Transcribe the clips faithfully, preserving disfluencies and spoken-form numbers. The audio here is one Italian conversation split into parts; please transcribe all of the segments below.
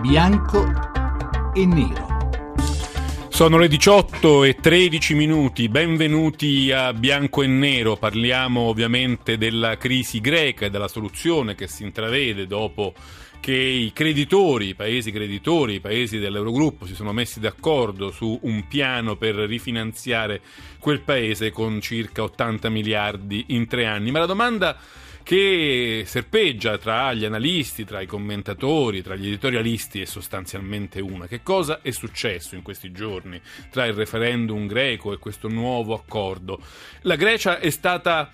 Bianco e nero. Sono le diciotto e tredici minuti, benvenuti a Bianco e Nero. Parliamo ovviamente della crisi greca e della soluzione che si intravede dopo che i creditori, i paesi creditori, i paesi dell'Eurogruppo si sono messi d'accordo su un piano per rifinanziare quel paese con circa ottanta miliardi in tre anni. Ma la domanda che serpeggia tra gli analisti, tra i commentatori, tra gli editorialisti è sostanzialmente una: che cosa è successo in questi giorni tra il referendum greco e questo nuovo accordo? La Grecia è stata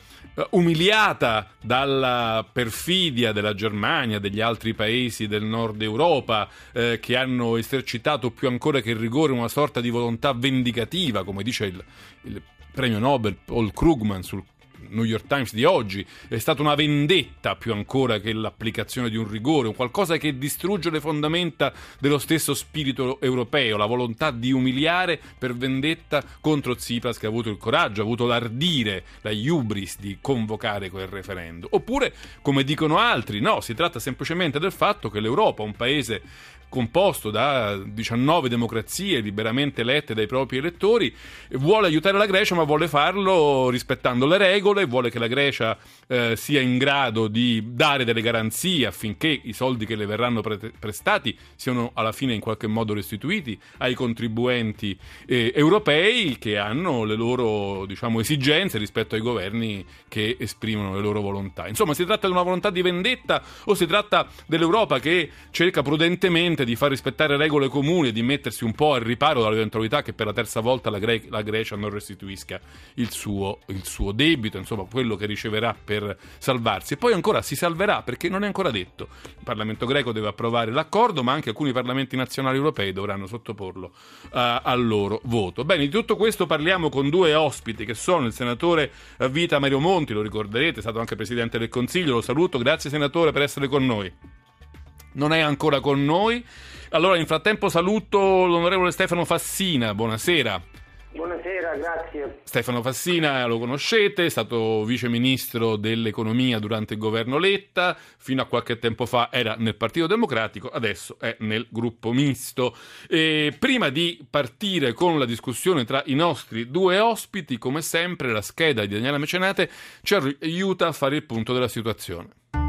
umiliata dalla perfidia della Germania, degli altri paesi del nord Europa, eh, che hanno esercitato più ancora che il rigore una sorta di volontà vendicativa, come dice il, il premio Nobel Paul Krugman sul New York Times di oggi. È stata una vendetta più ancora che l'applicazione di un rigore, un qualcosa che distrugge le fondamenta dello stesso spirito europeo, la volontà di umiliare per vendetta contro Tsipras, che ha avuto il coraggio, ha avuto l'ardire, la hubris di convocare quel referendum. Oppure, come dicono altri, no, si tratta semplicemente del fatto che l'Europa, un paese composto da diciannove democrazie liberamente elette dai propri elettori, vuole aiutare la Grecia, ma vuole farlo rispettando le regole, vuole che la Grecia eh, sia in grado di dare delle garanzie affinché i soldi che le verranno pre- prestati siano alla fine in qualche modo restituiti ai contribuenti eh, europei, che hanno le loro, diciamo, esigenze rispetto ai governi che esprimono le loro volontà. Insomma, si tratta di una volontà di vendetta o si tratta dell'Europa che cerca prudentemente di far rispettare regole comuni e di mettersi un po' al riparo dall'eventualità che per la terza volta la, Gre- la Grecia non restituisca il suo, il suo debito, insomma quello che riceverà per salvarsi. E poi ancora si salverà, perché non è ancora detto. Il Parlamento greco deve approvare l'accordo, ma anche alcuni parlamenti nazionali europei dovranno sottoporlo uh, al loro voto. Bene, di tutto questo parliamo con due ospiti, che sono il senatore a vita Mario Monti, lo ricorderete, è stato anche Presidente del Consiglio, lo saluto. Grazie senatore per essere con noi. Non è ancora con noi. Allora, in frattempo saluto l'onorevole Stefano Fassina. Buonasera. Buonasera, grazie. Stefano Fassina lo conoscete, è stato vice ministro dell'economia durante il governo Letta, fino a qualche tempo fa era nel Partito Democratico, adesso è nel gruppo misto. E prima di partire con la discussione tra i nostri due ospiti, come sempre la scheda di Daniela Mecenate ci aiuta a fare il punto della situazione.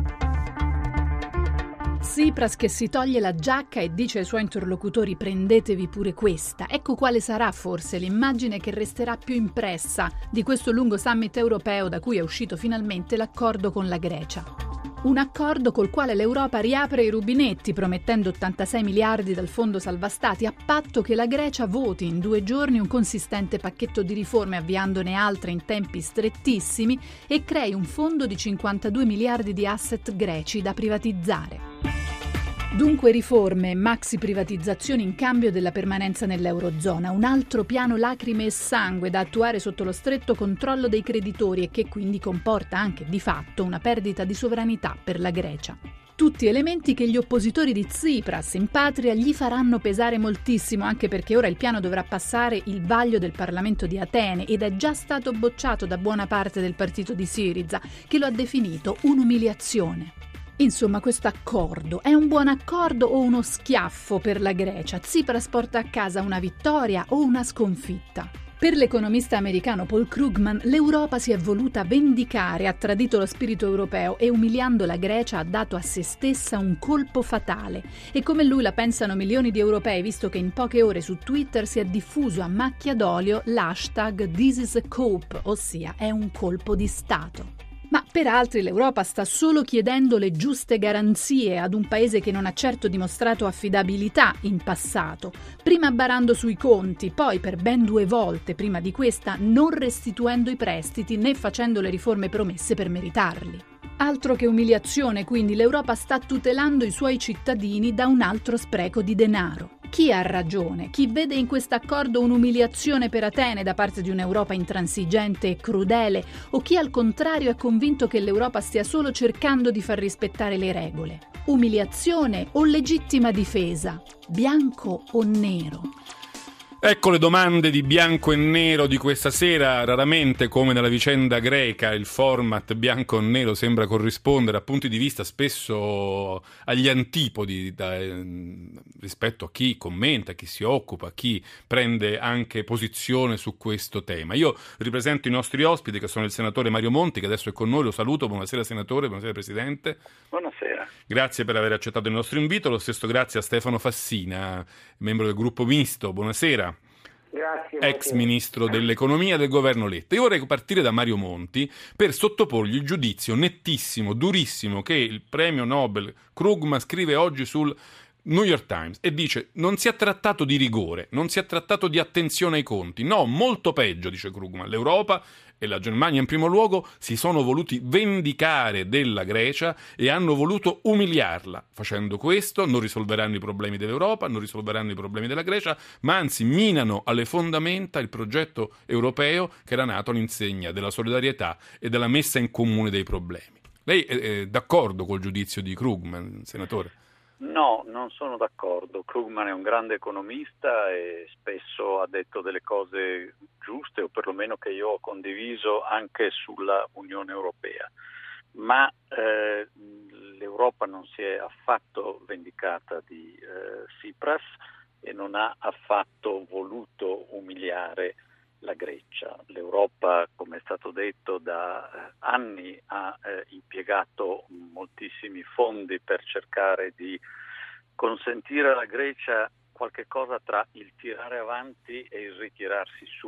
Tsipras che si toglie la giacca e dice ai suoi interlocutori: prendetevi pure questa. Ecco quale sarà forse l'immagine che resterà più impressa di questo lungo summit europeo da cui è uscito finalmente l'accordo con la Grecia. Un accordo col quale l'Europa riapre i rubinetti, promettendo ottantasei miliardi dal fondo salva stati, a patto che la Grecia voti in due giorni un consistente pacchetto di riforme, avviandone altre in tempi strettissimi, e crei un fondo di cinquantadue miliardi di asset greci da privatizzare. Dunque riforme e maxi privatizzazioni in cambio della permanenza nell'Eurozona, un altro piano lacrime e sangue da attuare sotto lo stretto controllo dei creditori e che quindi comporta anche di fatto una perdita di sovranità per la Grecia. Tutti elementi che gli oppositori di Tsipras in patria gli faranno pesare moltissimo, anche perché ora il piano dovrà passare il vaglio del Parlamento di Atene ed è già stato bocciato da buona parte del partito di Syriza, che lo ha definito un'umiliazione. Insomma, questo accordo è un buon accordo o uno schiaffo per la Grecia? Tsipras porta a casa una vittoria o una sconfitta? Per l'economista americano Paul Krugman, l'Europa si è voluta vendicare, ha tradito lo spirito europeo e, umiliando la Grecia, ha dato a se stessa un colpo fatale. E come lui la pensano milioni di europei, visto che in poche ore su Twitter si è diffuso a macchia d'olio l'hashtag This is a coup, ossia è un colpo di Stato. Ma per altri l'Europa sta solo chiedendo le giuste garanzie ad un paese che non ha certo dimostrato affidabilità in passato, prima barando sui conti, poi per ben due volte prima di questa non restituendo i prestiti né facendo le riforme promesse per meritarli. Altro che umiliazione, quindi l'Europa sta tutelando i suoi cittadini da un altro spreco di denaro. Chi ha ragione? Chi vede in questo accordo un'umiliazione per Atene da parte di un'Europa intransigente e crudele, o chi al contrario è convinto che l'Europa stia solo cercando di far rispettare le regole? Umiliazione o legittima difesa? Bianco o nero? Ecco le domande di bianco e nero di questa sera. Raramente, come nella vicenda greca, il format bianco e nero sembra corrispondere a punti di vista spesso agli antipodi da, eh, rispetto a chi commenta, a chi si occupa, a chi prende anche posizione su questo tema. Io ripresento i nostri ospiti, che sono il senatore Mario Monti, che adesso è con noi. Lo saluto. Buonasera senatore, buonasera Presidente. Buonasera. Grazie per aver accettato il nostro invito. Lo stesso grazie a Stefano Fassina, membro del gruppo Misto. Buonasera. Grazie. Ex ministro dell'economia del governo Letta. Io vorrei partire da Mario Monti per sottoporgli il giudizio nettissimo, durissimo che il premio Nobel Krugman scrive oggi sul New York Times e dice: non si è trattato di rigore, non si è trattato di attenzione ai conti, no, molto peggio, dice Krugman. L'Europa e la Germania in primo luogo si sono voluti vendicare della Grecia e hanno voluto umiliarla. Facendo questo non risolveranno i problemi dell'Europa, non risolveranno i problemi della Grecia, ma anzi minano alle fondamenta il progetto europeo che era nato all'insegna della solidarietà e della messa in comune dei problemi. Lei è, è d'accordo col giudizio di Krugman, senatore? No, non sono d'accordo. Krugman è un grande economista e spesso ha detto delle cose giuste, o perlomeno che io ho condiviso anche sulla Unione Europea. Ma eh, l'Europa non si è affatto vendicata di eh, Tsipras e non ha affatto voluto umiliare la Grecia. L'Europa, come è stato detto, da eh, anni ha eh, impiegato moltissimi fondi per cercare di consentire alla Grecia qualche cosa tra il tirare avanti e il ritirarsi su.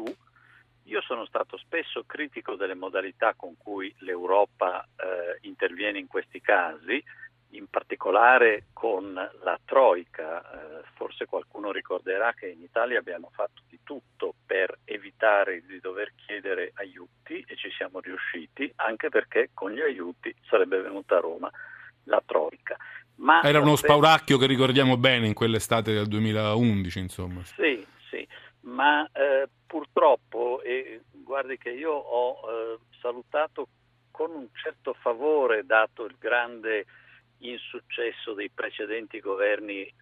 Io sono stato spesso critico delle modalità con cui l'Europa eh, interviene in questi casi, in particolare con la Troika. Eh, forse qualcuno ricorderà che in Italia abbiamo fatto di tutto per evitare di dover chiedere aiuti e ci siamo riusciti, anche perché con gli aiuti sarebbe venuta a Roma la Troika. Ma era uno per... spauracchio che ricordiamo bene in quell'estate del duemilaundici, insomma. Sì, sì, ma eh, purtroppo, e guardi che io ho eh, salutato con un certo favore, dato il grande insuccesso dei precedenti governi eh,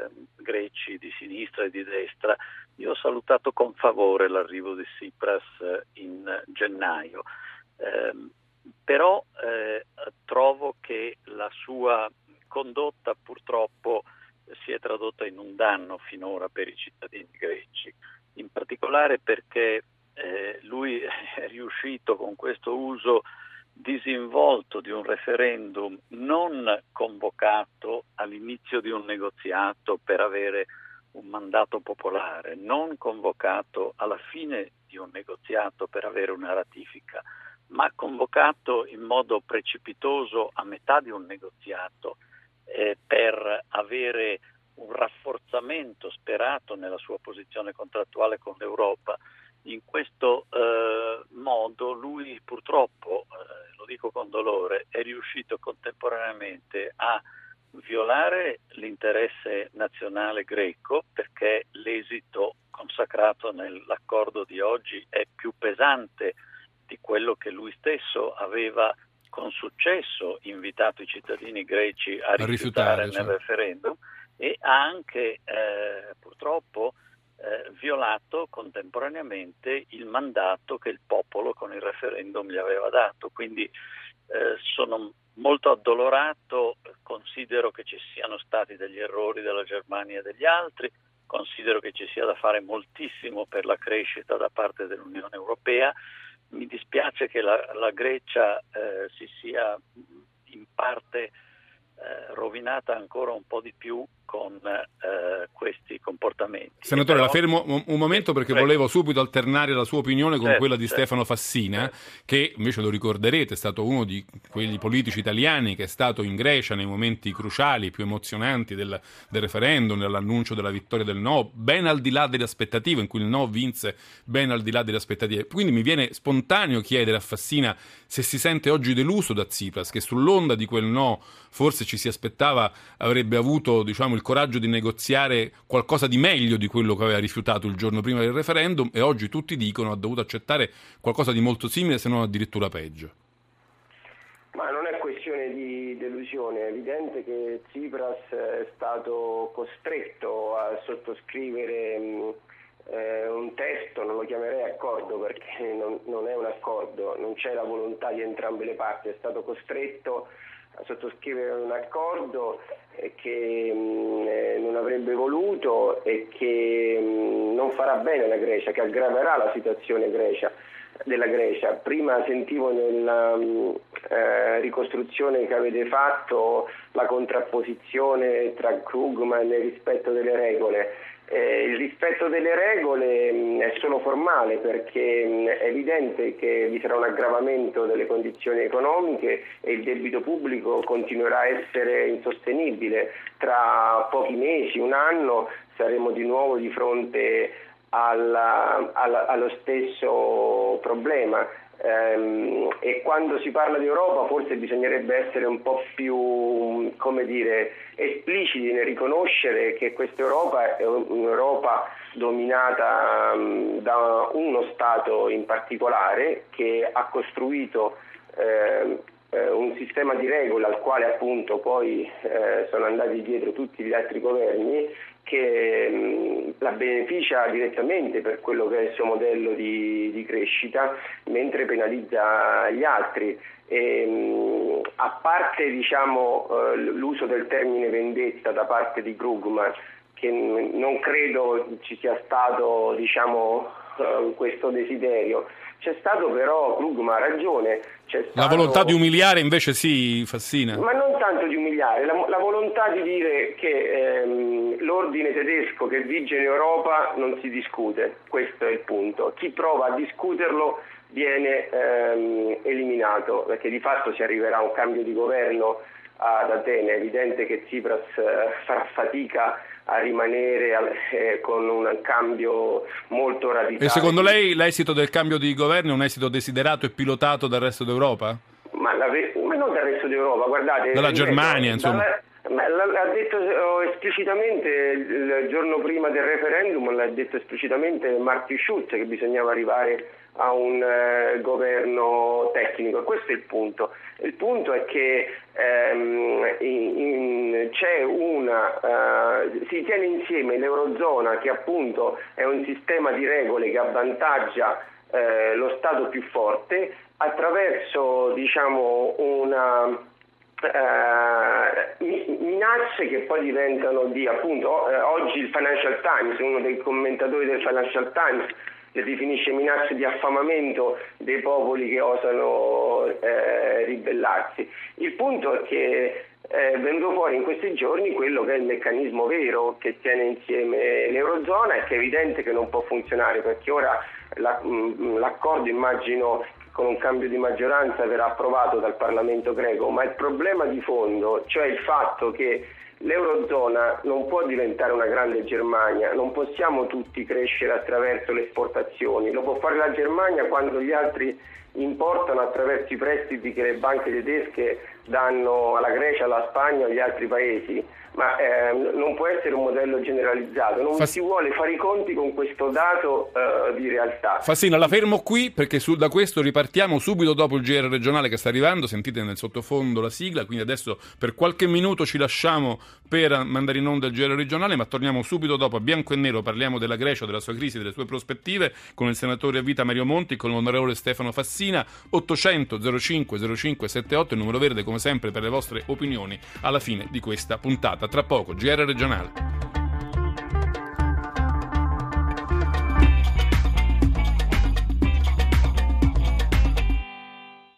greci di sinistra e di destra, io ho salutato con favore l'arrivo di Tsipras in gennaio, eh, però eh, trovo che la sua condotta purtroppo si è tradotta in un danno finora per i cittadini greci, in particolare perché eh, lui è riuscito con questo uso disinvolto di un referendum non convocato all'inizio di un negoziato per avere un mandato popolare, non convocato alla fine di un negoziato per avere una ratifica, ma convocato in modo precipitoso a metà di un negoziato eh, per avere un rafforzamento sperato nella sua posizione contrattuale con l'Europa. In questo eh, modo lui purtroppo, eh, lo dico con dolore, è riuscito contemporaneamente a violare l'interesse nazionale greco, perché l'esito consacrato nell'accordo di oggi è più pesante di quello che lui stesso aveva con successo invitato i cittadini greci a, a rifiutare, rifiutare nel cioè. referendum, e ha anche eh, purtroppo Eh, violato contemporaneamente il mandato che il popolo con il referendum gli aveva dato. Quindi eh, sono molto addolorato, considero che ci siano stati degli errori della Germania e degli altri, considero che ci sia da fare moltissimo per la crescita da parte dell'Unione Europea. Mi dispiace che la, la Grecia eh, si sia in parte eh, rovinata ancora un po' di più con eh, questi comportamenti. Senatore, Però... la fermo un, un momento perché Prego. volevo subito alternare la sua opinione con certo, quella di certo, Stefano Fassina, certo. che invece lo ricorderete, è stato uno di quegli politici italiani che è stato in Grecia nei momenti cruciali, più emozionanti del, del referendum, dell'annuncio della vittoria del no, ben al di là delle aspettative, in cui il no vinse ben al di là delle aspettative. Quindi mi viene spontaneo chiedere a Fassina se si sente oggi deluso da Tsipras, che sull'onda di quel no forse ci si aspettava avrebbe avuto, diciamo, il coraggio di negoziare qualcosa di meglio di quello che aveva rifiutato il giorno prima del referendum, e oggi tutti dicono ha dovuto accettare qualcosa di molto simile, se non addirittura peggio. Ma non è questione di delusione, è evidente che Tsipras è stato costretto a sottoscrivere mh, eh, un testo, non lo chiamerei accordo perché non, non è un accordo, non c'è la volontà di entrambe le parti, è stato costretto a sottoscrivere un accordo che mh, non avrebbe voluto e che mh, non farà bene alla Grecia, che aggraverà la situazione Grecia, della Grecia. Prima sentivo nella mh, eh, ricostruzione che avete fatto la contrapposizione tra Krugman e il rispetto delle regole. Eh, il rispetto delle regole mh, è solo formale perché mh, è evidente che vi sarà un aggravamento delle condizioni economiche e il debito pubblico continuerà a essere insostenibile. Tra pochi mesi, un anno, saremo di nuovo di fronte alla, alla, allo stesso problema. Ehm, e quando si parla di Europa forse bisognerebbe essere un po' più, come dire, espliciti nel riconoscere che questa Europa è un'Europa dominata um, da uno Stato in particolare che ha costruito eh, un sistema di regole al quale appunto poi eh, sono andati dietro tutti gli altri governi, che mh, la beneficia direttamente per quello che è il suo modello di, di crescita, mentre penalizza gli altri. E, mh, a parte diciamo eh, l'uso del termine vendetta da parte di Krugman, che mh, non credo ci sia stato diciamo eh, questo desiderio. C'è stato però, Krugman ha ragione, c'è stato... La volontà di umiliare invece sì, Fassina? Ma non tanto di umiliare, la, la volontà di dire che ehm, l'ordine tedesco che vige in Europa non si discute, questo è il punto. Chi prova a discuterlo viene ehm, eliminato, perché di fatto si arriverà a un cambio di governo ad Atene. È evidente che Tsipras eh, farà fatica a rimanere eh, con un cambio molto radicale. E secondo lei l'esito del cambio di governo è un esito desiderato e pilotato dal resto d'Europa? Ma, la, ma non dal resto d'Europa, guardate... Dalla Germania, insomma. Dalla, l'ha detto esplicitamente il giorno prima del referendum, l'ha detto esplicitamente Martin Schulz che bisognava arrivare a un eh, governo tecnico. Questo è il punto. Il punto è che ehm, in, in, c'è una uh, si tiene insieme l'Eurozona, che appunto è un sistema di regole che avvantaggia eh, lo Stato più forte, attraverso diciamo una Uh, minacce che poi diventano di appunto uh, oggi il Financial Times, uno dei commentatori del Financial Times le definisce minacce di affamamento dei popoli che osano eh, ribellarsi. Il punto è che è venuto fuori in questi giorni quello che è il meccanismo vero che tiene insieme l'Eurozona e che è evidente che non può funzionare, perché ora la, mh, l'accordo immagino con un cambio di maggioranza verrà approvato dal Parlamento greco, ma il problema di fondo, cioè il fatto che l'Eurozona non può diventare una grande Germania, non possiamo tutti crescere attraverso le esportazioni, lo può fare la Germania quando gli altri importano attraverso i prestiti che le banche tedesche danno alla Grecia, alla Spagna e agli altri paesi, ma eh, non può essere un modello generalizzato, non Fass... si vuole fare i conti con questo dato uh, di realtà. Fassina, la fermo qui perché su, da questo ripartiamo subito dopo il G R regionale che sta arrivando, sentite nel sottofondo la sigla, quindi adesso per qualche minuto ci lasciamo per mandare in onda il G R regionale, ma torniamo subito dopo a Bianco e Nero, parliamo della Grecia, della sua crisi, delle sue prospettive con il senatore a vita Mario Monti, con l'onorevole Stefano Fassina. Ottocento zero cinque zero cinque settantotto, il numero verde come sempre per le vostre opinioni alla fine di questa puntata. Tra poco G R regionale.